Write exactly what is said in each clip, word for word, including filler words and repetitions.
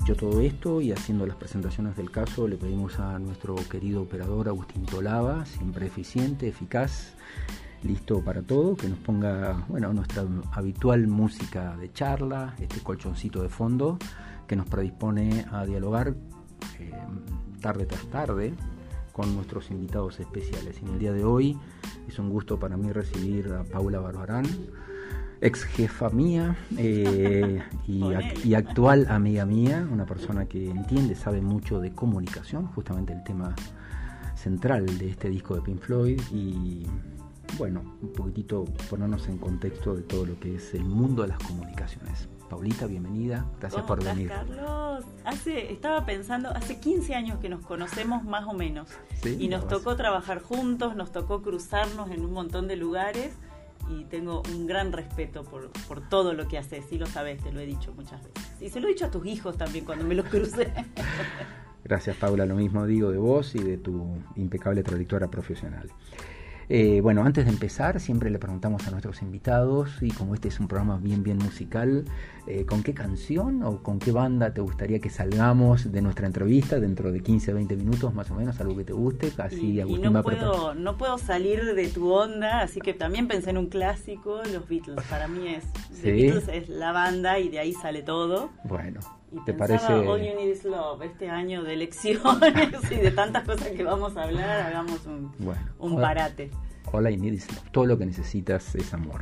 Dicho todo esto y haciendo las presentaciones del caso, le pedimos a nuestro querido operador Agustín Tolava, siempre eficiente, eficaz, listo para todo, que nos ponga, bueno, nuestra habitual música de charla, este colchoncito de fondo que nos predispone a dialogar eh, tarde tras tarde con nuestros invitados especiales. Y en el día de hoy es un gusto para mí recibir a Paula Barbarán, ex jefa mía eh, y, ac- y actual amiga mía, una persona que entiende, sabe mucho de comunicación, justamente el tema central de este disco de Pink Floyd, y bueno, un poquitito ponernos en contexto de todo lo que es el mundo de las comunicaciones. Paulita, bienvenida, gracias por estás, venir. Carlos? Hace, estaba pensando, hace quince años que nos conocemos más o menos, ¿Sí? Y nos tocó trabajar juntos, nos tocó cruzarnos en un montón de lugares, y tengo un gran respeto por, por todo lo que haces, y lo sabes, te lo he dicho muchas veces. Y se lo he dicho a tus hijos también cuando me los crucé. Gracias, Paula, lo mismo digo de vos y de tu impecable trayectoria profesional. Eh, bueno, antes de empezar, siempre le preguntamos a nuestros invitados, y como este es un programa bien, bien musical, eh, ¿con qué canción o con qué banda te gustaría que salgamos de nuestra entrevista dentro de quince a veinte minutos, más o menos, algo que te guste? Así y, Agustín y no va a puedo, preparar. no puedo salir de tu onda, así que también pensé en un clásico, los Beatles. Para mí es, ¿Sí? The Beatles es la banda y de ahí sale todo. Bueno, Y ¿te pensaba, parece? All You Need Is Love, este año de elecciones y de tantas cosas que vamos a hablar, hagamos un, Bueno, un hola. parate. All I need is love. Todo lo que necesitas es amor.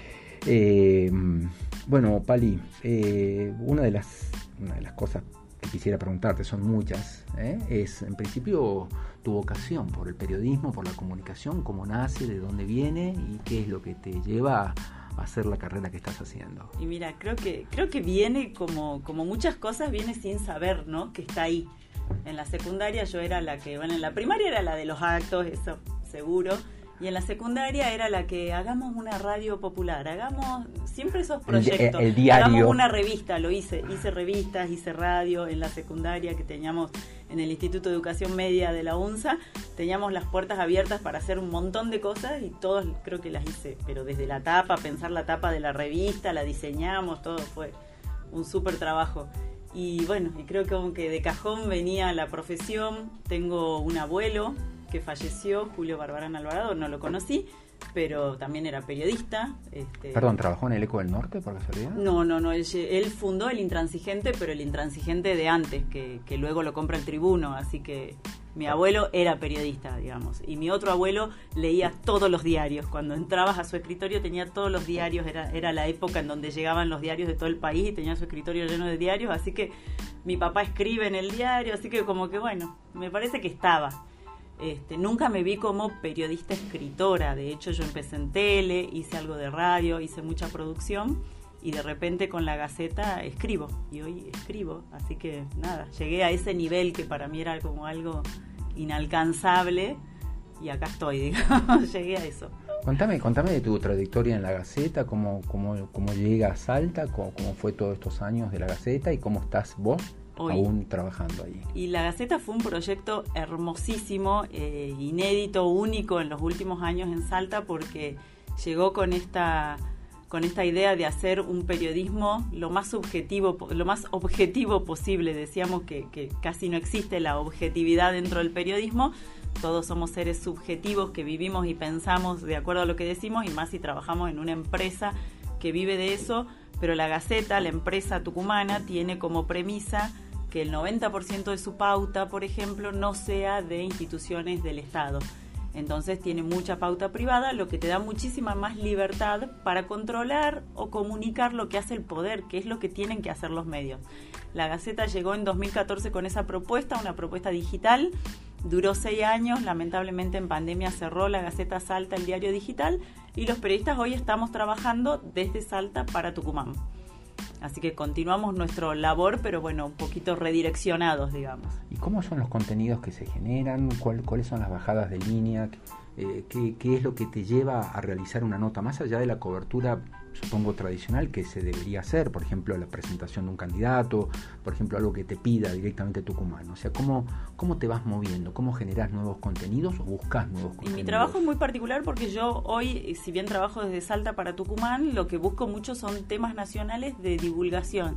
Eh, bueno, Pali, eh, una de las una de las cosas que quisiera preguntarte, son muchas, ¿eh? Es en principio tu vocación por el periodismo, por la comunicación, cómo nace, de dónde viene y qué es lo que te lleva a hacer la carrera que estás haciendo. Y mira, creo que creo que viene como como muchas cosas, viene sin saber, ¿no? Que está ahí. En la secundaria yo era la que, bueno, en la primaria era la de los actos, eso seguro. Y en la secundaria era la que hagamos una radio popular, hagamos siempre esos proyectos. El, el diario. Hagamos una revista, lo hice, hice revistas, hice radio en la secundaria que teníamos en el Instituto de Educación Media de la UNSA. Teníamos las puertas abiertas para hacer un montón de cosas y todos creo que las hice. Pero desde la tapa, pensar la tapa de la revista, la diseñamos, todo fue un súper trabajo. Y bueno, y creo que como que de cajón venía la profesión. Tengo un abuelo que falleció, Julio Barbarán Alvarado, no lo conocí, pero también era periodista. Este... Perdón, ¿trabajó en el Eco del Norte por casualidad? No, no, no, él, él fundó el Intransigente, pero el Intransigente de antes, que, que luego lo compra el Tribuno, así que mi abuelo era periodista, digamos, y mi otro abuelo leía todos los diarios. Cuando entrabas a su escritorio tenía todos los diarios, era, era la época en donde llegaban los diarios de todo el país y tenía su escritorio lleno de diarios, así que mi papá escribe en el diario, así que como que bueno, me parece que estaba. Este, nunca me vi como periodista escritora, de hecho yo empecé en tele, hice algo de radio, hice mucha producción y de repente con la Gaceta escribo, y hoy escribo, así que nada, llegué a ese nivel que para mí era como algo inalcanzable y acá estoy, digamos, llegué a eso. Contame, contame de tu trayectoria en la Gaceta, cómo, cómo, cómo llega a Salta, cómo, cómo fue todos estos años de la Gaceta y cómo estás vos hoy aún trabajando ahí. Y la Gaceta fue un proyecto hermosísimo, eh, inédito, único en los últimos años en Salta, porque llegó con esta con esta idea de hacer un periodismo lo más subjetivo, lo más objetivo posible. Decíamos que, que casi no existe la objetividad dentro del periodismo. Todos somos seres subjetivos que vivimos y pensamos de acuerdo a lo que decimos, y más si trabajamos en una empresa que vive de eso. Pero la Gaceta, la empresa tucumana, tiene como premisa que el noventa por ciento de su pauta, por ejemplo, no sea de instituciones del Estado. Entonces tiene mucha pauta privada, lo que te da muchísima más libertad para controlar o comunicar lo que hace el poder, que es lo que tienen que hacer los medios. La Gaceta llegó en dos mil catorce con esa propuesta, una propuesta digital. Duró seis años, lamentablemente en pandemia cerró la Gaceta Salta, el diario digital, y los periodistas hoy estamos trabajando desde Salta para Tucumán. Así que continuamos nuestra labor, pero bueno, un poquito redireccionados, digamos. ¿Y cómo son los contenidos que se generan? ¿Cuál, ¿Cuáles son las bajadas de línea? Eh, ¿qué, ¿Qué es lo que te lleva a realizar una nota? Más allá de la cobertura, supongo, tradicional que se debería hacer, por ejemplo, la presentación de un candidato, por ejemplo, algo que te pida directamente Tucumán. O sea, ¿cómo, cómo te vas moviendo? ¿Cómo generas nuevos contenidos o buscas nuevos contenidos? Y mi trabajo es muy particular porque yo hoy, si bien trabajo desde Salta para Tucumán, lo que busco mucho son temas nacionales de divulgación.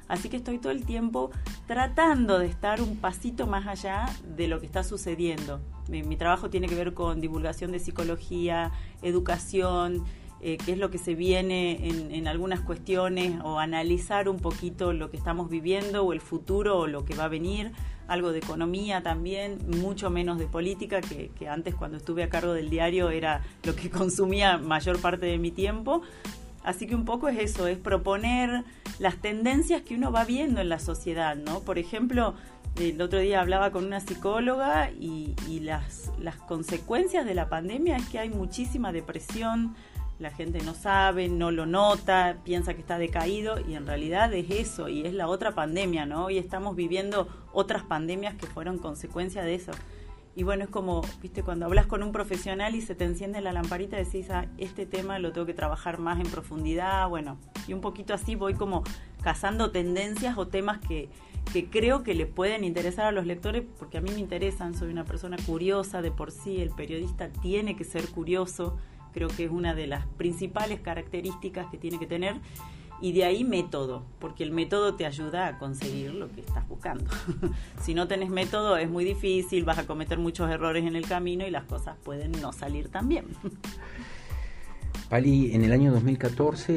Así que estoy todo el tiempo tratando de estar un pasito más allá de lo que está sucediendo. Mi, mi trabajo tiene que ver con divulgación de psicología, educación, eh, qué es lo que se viene en, en algunas cuestiones, o analizar un poquito lo que estamos viviendo o el futuro o lo que va a venir. Algo de economía también, mucho menos de política, que, que antes cuando estuve a cargo del diario era lo que consumía mayor parte de mi tiempo. Así que un poco es eso, es proponer las tendencias que uno va viendo en la sociedad, ¿no? Por ejemplo, el otro día hablaba con una psicóloga y, y las, las consecuencias de la pandemia es que hay muchísima depresión, la gente no sabe, no lo nota, piensa que está decaído, y en realidad es eso, y es la otra pandemia, ¿no? Hoy estamos viviendo otras pandemias que fueron consecuencia de eso. Y bueno, es como, viste, cuando hablas con un profesional y se te enciende la lamparita, decís, ah, este tema lo tengo que trabajar más en profundidad, bueno, y un poquito así voy como cazando tendencias o temas que, que creo que le pueden interesar a los lectores, porque a mí me interesan, soy una persona curiosa de por sí, el periodista tiene que ser curioso, creo que es una de las principales características que tiene que tener, y de ahí método, porque el método te ayuda a conseguir lo que estás buscando. Si no tenés método es muy difícil, vas a cometer muchos errores en el camino y las cosas pueden no salir tan bien. Pali, en el año dos mil catorce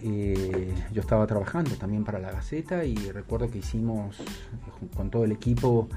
eh, yo estaba trabajando también para La Gaceta y recuerdo que hicimos con todo el equipo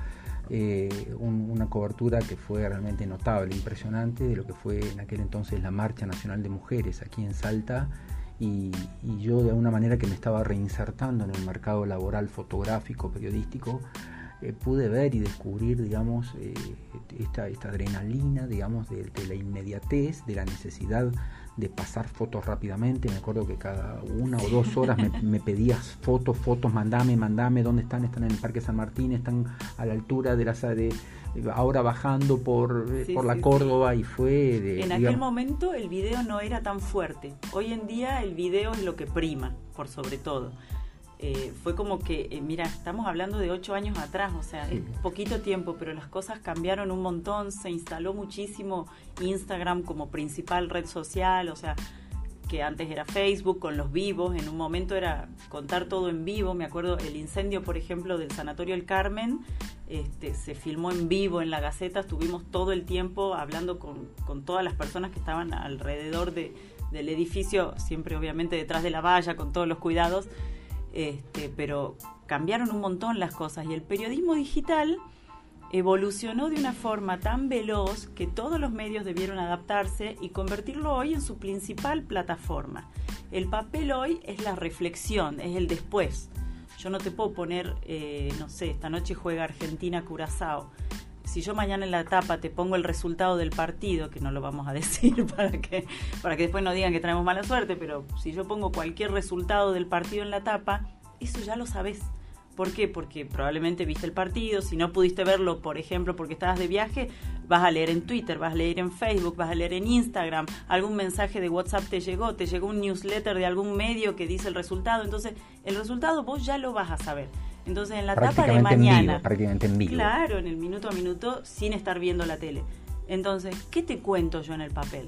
eh, un, una cobertura que fue realmente notable, impresionante, de lo que fue en aquel entonces la Marcha Nacional de Mujeres aquí en Salta. Y, y yo, de alguna manera que me estaba reinsertando en el mercado laboral fotográfico, periodístico, eh, pude ver y descubrir, digamos, eh, esta, esta adrenalina, digamos, de, de la inmediatez, de la necesidad de pasar fotos rápidamente. Me acuerdo que cada una o dos horas me, me pedías fotos, fotos, mandame, mandame, ¿dónde están? Están en el Parque San Martín, están a la altura de la de ahora bajando por, sí, por la sí, Córdoba, sí. Y fue de, en digamos, aquel momento el video no era tan fuerte. Hoy en día el video es lo que prima, por sobre todo. Eh, fue como que, eh, mira, estamos hablando de ocho años atrás, o sea, sí. Es poquito tiempo, pero las cosas cambiaron un montón, se instaló muchísimo Instagram como principal red social, o sea, que antes era Facebook con los vivos, en un momento era contar todo en vivo. Me acuerdo el incendio, por ejemplo, del Sanatorio El Carmen, este, se filmó en vivo en La Gaceta, estuvimos todo el tiempo hablando con, con todas las personas que estaban alrededor de, del edificio, siempre obviamente detrás de la valla, con todos los cuidados. Este, pero cambiaron un montón las cosas y el periodismo digital evolucionó de una forma tan veloz que todos los medios debieron adaptarse y convertirlo hoy en su principal plataforma. El papel hoy es la reflexión, es el después. Yo no te puedo poner, eh, no sé, esta noche juega Argentina-Curazao. Si yo mañana en la tapa te pongo el resultado del partido, que no lo vamos a decir para que, para que después no digan que traemos mala suerte, pero si yo pongo cualquier resultado del partido en la tapa, eso ya lo sabés. ¿Por qué? Porque probablemente viste el partido, si no pudiste verlo, por ejemplo, porque estabas de viaje, vas a leer en Twitter, vas a leer en Facebook, vas a leer en Instagram, algún mensaje de WhatsApp te llegó, te llegó un newsletter de algún medio que dice el resultado, entonces el resultado vos ya lo vas a saber. Entonces en la tapa de mañana, en vivo, prácticamente en vivo. Claro, en el minuto a minuto, sin estar viendo la tele. Entonces, ¿qué te cuento yo en el papel?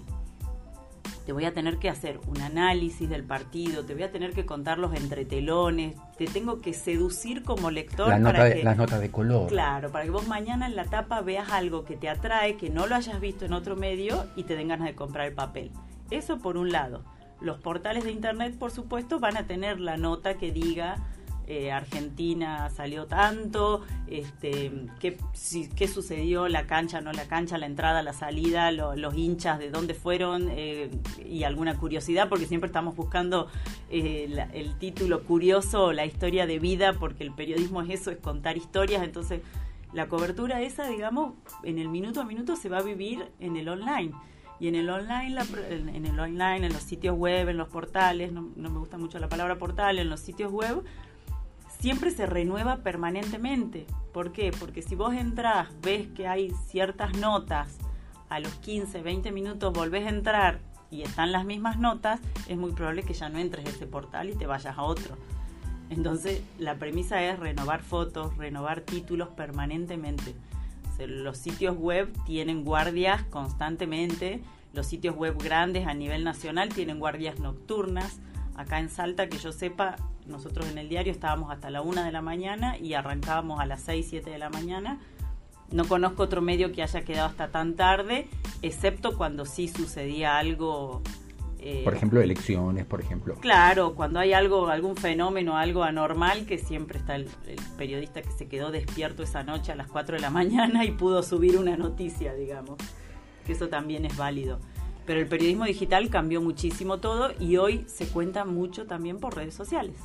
Te voy a tener que hacer un análisis del partido, te voy a tener que contar los entretelones, te tengo que seducir como lector. La nota para de, que, las notas de color. Claro, para que vos mañana en la tapa veas algo que te atrae, que no lo hayas visto en otro medio y te den ganas de comprar el papel. Eso por un lado. Los portales de internet, por supuesto, van a tener la nota que diga Eh, Argentina salió tanto, este, qué, si, qué sucedió, la cancha, no la cancha, la entrada, la salida, lo, los hinchas, de dónde fueron, eh, y alguna curiosidad, porque siempre estamos buscando eh, la, el título curioso, la historia de vida, porque el periodismo es eso, es contar historias. Entonces la cobertura esa, digamos, en el minuto a minuto se va a vivir en el online. Y en el online, la, en el online, en los sitios web, en los portales, no, no me gusta mucho la palabra portal, en los sitios web, siempre se renueva permanentemente. ¿Por qué? Porque si vos entrás, ves que hay ciertas notas, a los quince, veinte minutos volvés a entrar y están las mismas notas, es muy probable que ya no entres a ese portal y te vayas a otro. Entonces, la premisa es renovar fotos, renovar títulos permanentemente. O sea, los sitios web tienen guardias constantemente, los sitios web grandes a nivel nacional tienen guardias nocturnas. Acá en Salta, que yo sepa, nosotros en el diario estábamos hasta la una de la mañana y arrancábamos a las seis, siete de la mañana. No conozco otro medio que haya quedado hasta tan tarde, excepto cuando sí sucedía algo. Eh, por ejemplo, elecciones, por ejemplo. Claro, cuando hay algo, algún fenómeno, algo anormal, que siempre está el, el periodista que se quedó despierto esa noche a las cuatro de la mañana y pudo subir una noticia, digamos. Que eso también es válido. Pero el periodismo digital cambió muchísimo todo y hoy se cuenta mucho también por redes sociales.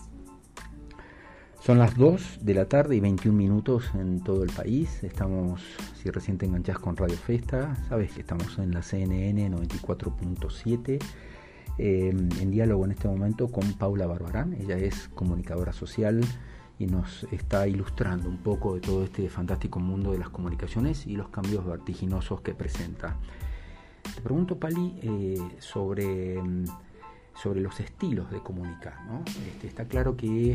Son las dos de la tarde y veintiún minutos en todo el país. Estamos, si recién te enganchás con Radio Festa, sabes que estamos en la C N N noventa y cuatro punto siete, eh, en diálogo en este momento con Paula Barbarán. Ella es comunicadora social y nos está ilustrando un poco de todo este fantástico mundo de las comunicaciones y los cambios vertiginosos que presenta. Te pregunto, Pali, eh, sobre, sobre los estilos de comunicar, ¿no? Este, está claro que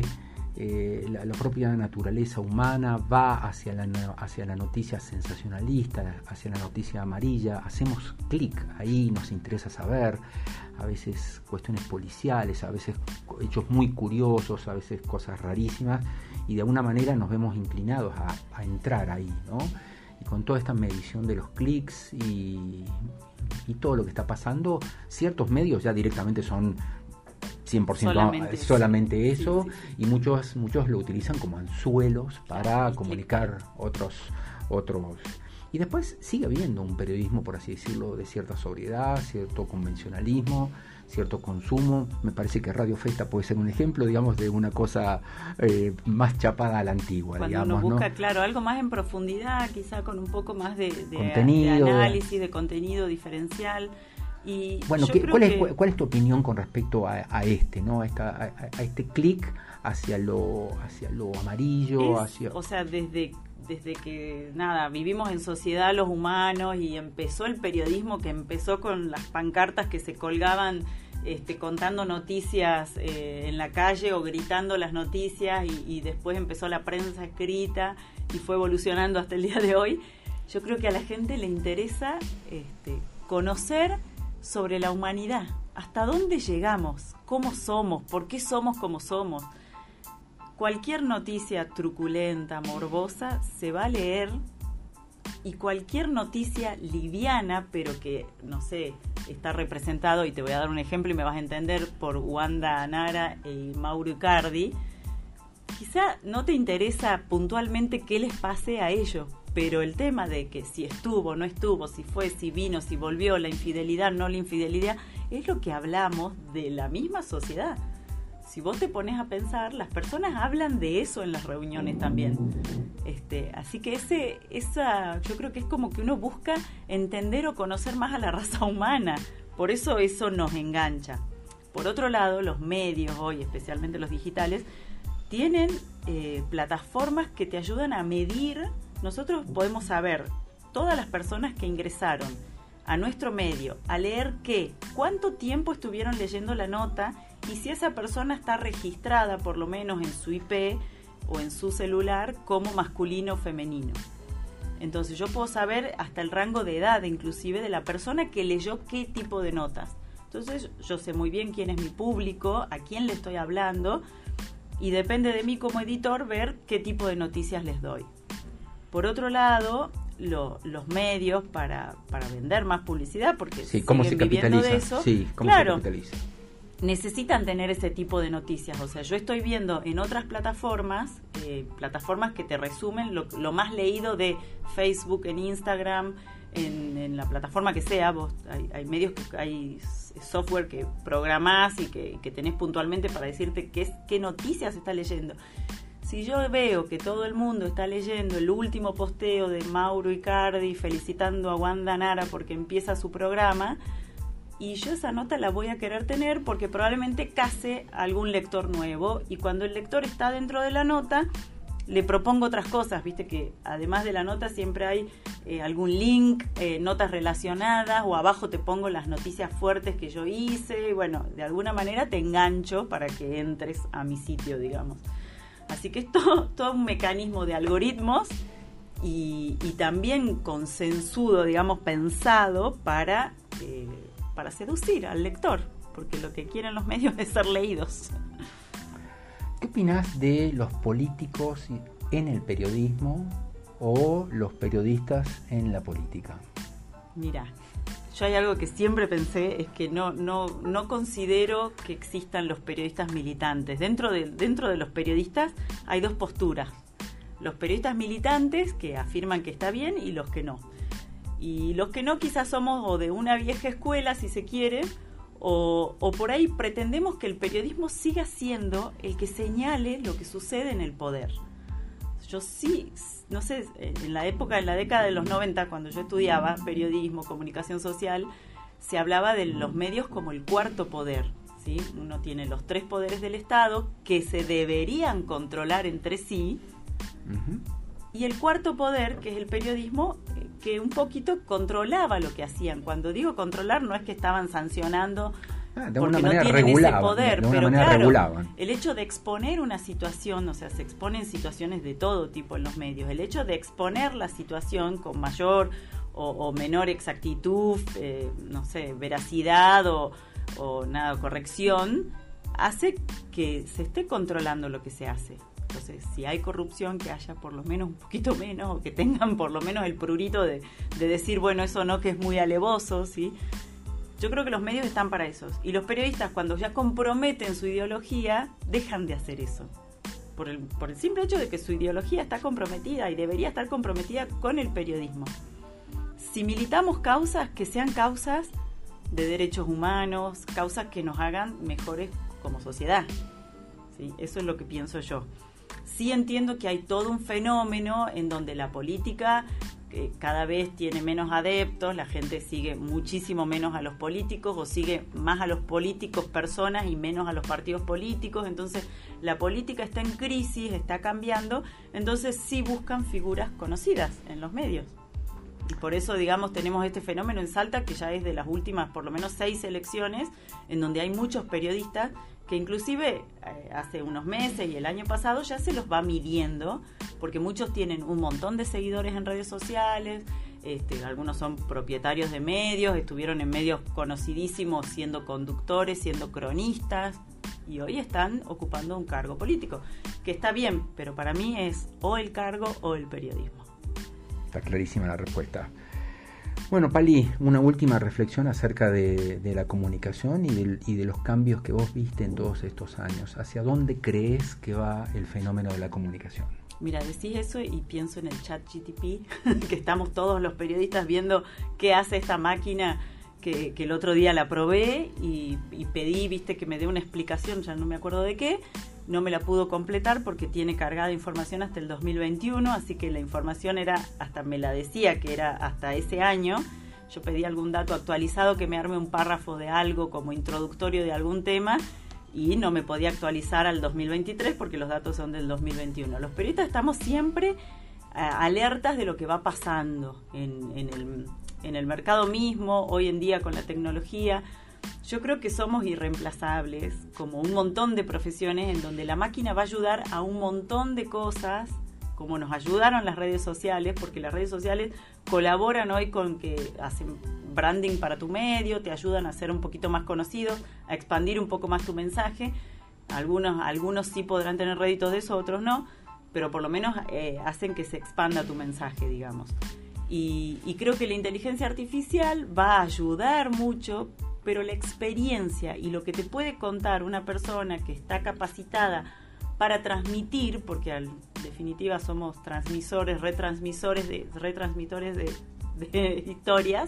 Eh, la, la propia naturaleza humana va hacia la, hacia la noticia sensacionalista, hacia la noticia amarilla, hacemos clic ahí, nos interesa saber, a veces cuestiones policiales, a veces hechos muy curiosos, a veces cosas rarísimas, y de alguna manera nos vemos inclinados a, a entrar ahí, ¿no? Y con toda esta medición de los clics y, y todo lo que está pasando, ciertos medios ya directamente son cien por ciento solamente, solamente eso, sí, sí, sí. Y muchos muchos lo utilizan como anzuelos para sí, comunicar sí. otros otros y después sigue habiendo un periodismo, por así decirlo, de cierta sobriedad, cierto convencionalismo, cierto consumo. Me parece que Radio Festa puede ser un ejemplo, digamos, de una cosa eh, más chapada a la antigua. Cuando digamos, uno busca, ¿no? Claro, algo más en profundidad, quizá con un poco más de, de, contenido, de análisis, de contenido diferencial. Y bueno, yo ¿qué, creo ¿cuál, que... es, ¿cuál es tu opinión con respecto a, a este, ¿no? A, esta, a, a este clic hacia lo hacia lo amarillo, es, hacia... O sea, desde desde que nada vivimos en sociedad los humanos y empezó el periodismo, que empezó con las pancartas que se colgaban este, contando noticias eh, en la calle o gritando las noticias, y, y después empezó la prensa escrita y fue evolucionando hasta el día de hoy. Yo creo que a la gente le interesa este, conocer sobre la humanidad, hasta dónde llegamos, cómo somos, por qué somos como somos. Cualquier noticia truculenta, morbosa, se va a leer, y cualquier noticia liviana, pero que, no sé, está representado, y te voy a dar un ejemplo y me vas a entender, por Wanda Nara y Mauro Icardi, quizá no te interesa puntualmente qué les pase a ellos, pero el tema de que si estuvo, no estuvo, si fue, si vino, si volvió, la infidelidad, no la infidelidad, es lo que hablamos de la misma sociedad. Si vos te pones a pensar, las personas hablan de eso en las reuniones también. Este, así que ese, esa, yo creo que es como que uno busca entender o conocer más a la raza humana. Por eso eso nos engancha. Por otro lado, los medios hoy, especialmente los digitales, tienen eh, plataformas que te ayudan a medir. Nosotros podemos saber, todas las personas que ingresaron a nuestro medio a leer qué, cuánto tiempo estuvieron leyendo la nota, y si esa persona está registrada por lo menos en su I P o en su celular como masculino o femenino. Entonces yo puedo saber hasta el rango de edad inclusive de la persona que leyó qué tipo de notas. Entonces yo sé muy bien quién es mi público, a quién le estoy hablando, y depende de mí como editor ver qué tipo de noticias les doy. Por otro lado, lo, los medios para, para vender más publicidad, porque sí, ¿cómo se capitaliza? De eso, sí, ¿cómo claro, se capitaliza? Necesitan tener ese tipo de noticias. O sea, yo estoy viendo en otras plataformas, eh, plataformas que te resumen lo, lo más leído de Facebook, en Instagram, en, en la plataforma que sea. Vos hay, hay medios, que hay software que programás y que, que tenés puntualmente para decirte qué, qué noticias está leyendo. Si yo veo que todo el mundo está leyendo el último posteo de Mauro Icardi felicitando a Wanda Nara porque empieza su programa, y yo esa nota la voy a querer tener porque probablemente case a algún lector nuevo, y cuando el lector está dentro de la nota le propongo otras cosas, viste que además de la nota siempre hay eh, algún link, eh, notas relacionadas, o abajo te pongo las noticias fuertes que yo hice, y bueno, de alguna manera te engancho para que entres a mi sitio, digamos. Así que es todo, todo un mecanismo de algoritmos y, y también consensudo, digamos, pensado para, eh, para seducir al lector, porque lo que quieren los medios es ser leídos. ¿Qué opinás de los políticos en el periodismo o los periodistas en la política? Mira, yo hay algo que siempre pensé, es que no, no, no considero que existan los periodistas militantes. Dentro de, dentro de los periodistas hay dos posturas. Los periodistas militantes que afirman que está bien y los que no. Y los que no quizás somos o de una vieja escuela, si se quiere, o, o por ahí pretendemos que el periodismo siga siendo el que señale lo que sucede en el poder. Yo sí, no sé, en la época, en la década de los noventa, cuando yo estudiaba periodismo, comunicación social, se hablaba de los medios como el cuarto poder, ¿sí? Uno tiene los tres poderes del Estado que se deberían controlar entre sí, uh-huh. Y el cuarto poder, que es el periodismo, que un poquito controlaba lo que hacían. Cuando digo controlar, no es que estaban sancionando ah, de porque una no manera tienen regulaban, ese poder, de una pero manera claro, regulaban. El hecho de exponer una situación, o sea, se exponen situaciones de todo tipo en los medios. El hecho de exponer la situación con mayor o, o menor exactitud, eh, no sé, veracidad o, o nada, corrección, hace que se esté controlando lo que se hace. Entonces, si hay corrupción, que haya por lo menos un poquito menos, o que tengan por lo menos el prurito de, de decir, bueno, eso no, que es muy alevoso, ¿sí? Yo creo que los medios están para eso. Y los periodistas, cuando ya comprometen su ideología, dejan de hacer eso. Por el, por el simple hecho de que su ideología está comprometida y debería estar comprometida con el periodismo. Si militamos causas, que sean causas de derechos humanos, causas que nos hagan mejores como sociedad, ¿sí? Eso es lo que pienso yo. Sí entiendo que hay todo un fenómeno en donde la política eh, cada vez tiene menos adeptos, la gente sigue muchísimo menos a los políticos o sigue más a los políticos personas y menos a los partidos políticos, entonces la política está en crisis, está cambiando, entonces sí buscan figuras conocidas en los medios. Y por eso, digamos, tenemos este fenómeno en Salta que ya es de las últimas, por lo menos seis elecciones, en donde hay muchos periodistas que inclusive eh, hace unos meses y el año pasado ya se los va midiendo, porque muchos tienen un montón de seguidores en redes sociales, este, algunos son propietarios de medios, estuvieron en medios conocidísimos siendo conductores, siendo cronistas, y hoy están ocupando un cargo político, que está bien, pero para mí es o el cargo o el periodismo. Está clarísima la respuesta. Bueno, Pali, una última reflexión acerca de, de la comunicación y de, y de los cambios que vos viste en todos estos años. ¿Hacia dónde crees que va el fenómeno de la comunicación? Mira, decís eso y pienso en el chat G T P, que estamos todos los periodistas viendo qué hace esta máquina que, que el otro día la probé y, y pedí, viste, que me dé una explicación, ya no me acuerdo de qué. No me la pudo completar porque tiene cargada información hasta el dos mil veintiuno, así que la información era, hasta me la decía que era hasta ese año. Yo pedí algún dato actualizado, que me arme un párrafo de algo como introductorio de algún tema, y no me podía actualizar al dos mil veintitrés porque los datos son del dos mil veintiuno. Los periodistas estamos siempre uh, alertas de lo que va pasando en, en, el, en el mercado mismo, hoy en día con la tecnología. Yo creo que somos irreemplazables, como un montón de profesiones en donde la máquina va a ayudar a un montón de cosas, como nos ayudaron las redes sociales, porque las redes sociales colaboran hoy con que hacen branding para tu medio, te ayudan a ser un poquito más conocidos, a expandir un poco más tu mensaje. Algunos, algunos sí podrán tener réditos de eso, otros no, pero por lo menos eh, hacen que se expanda tu mensaje, digamos. Y, y creo que la inteligencia artificial va a ayudar mucho, pero la experiencia y lo que te puede contar una persona que está capacitada para transmitir, porque en definitiva somos transmisores, retransmisores de, retransmitores de, de historias,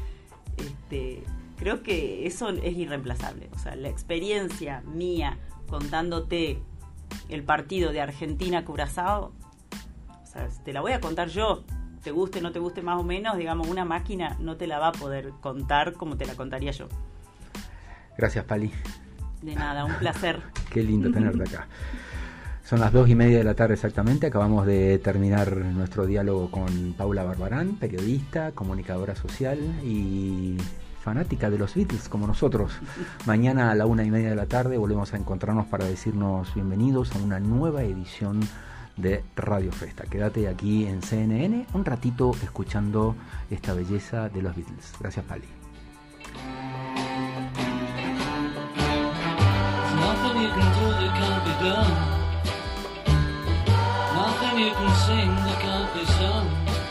este, creo que eso es irreemplazable. O sea, la experiencia mía contándote el partido de Argentina-Curazao, o sea, te la voy a contar yo, te guste, no te guste más o menos, digamos, una máquina no te la va a poder contar como te la contaría yo. Gracias, Pali. De nada, un placer. Qué lindo tenerte acá. Son las dos y media de la tarde exactamente. Acabamos de terminar nuestro diálogo con Paula Barbarán, periodista, comunicadora social y fanática de los Beatles como nosotros. Mañana a la una y media de la tarde volvemos a encontrarnos para decirnos bienvenidos a una nueva edición de Radio Festa. Quédate aquí en C N N un ratito escuchando esta belleza de los Beatles. Gracias, Pali. Nothing you can do that can't be done. tenga cabezón.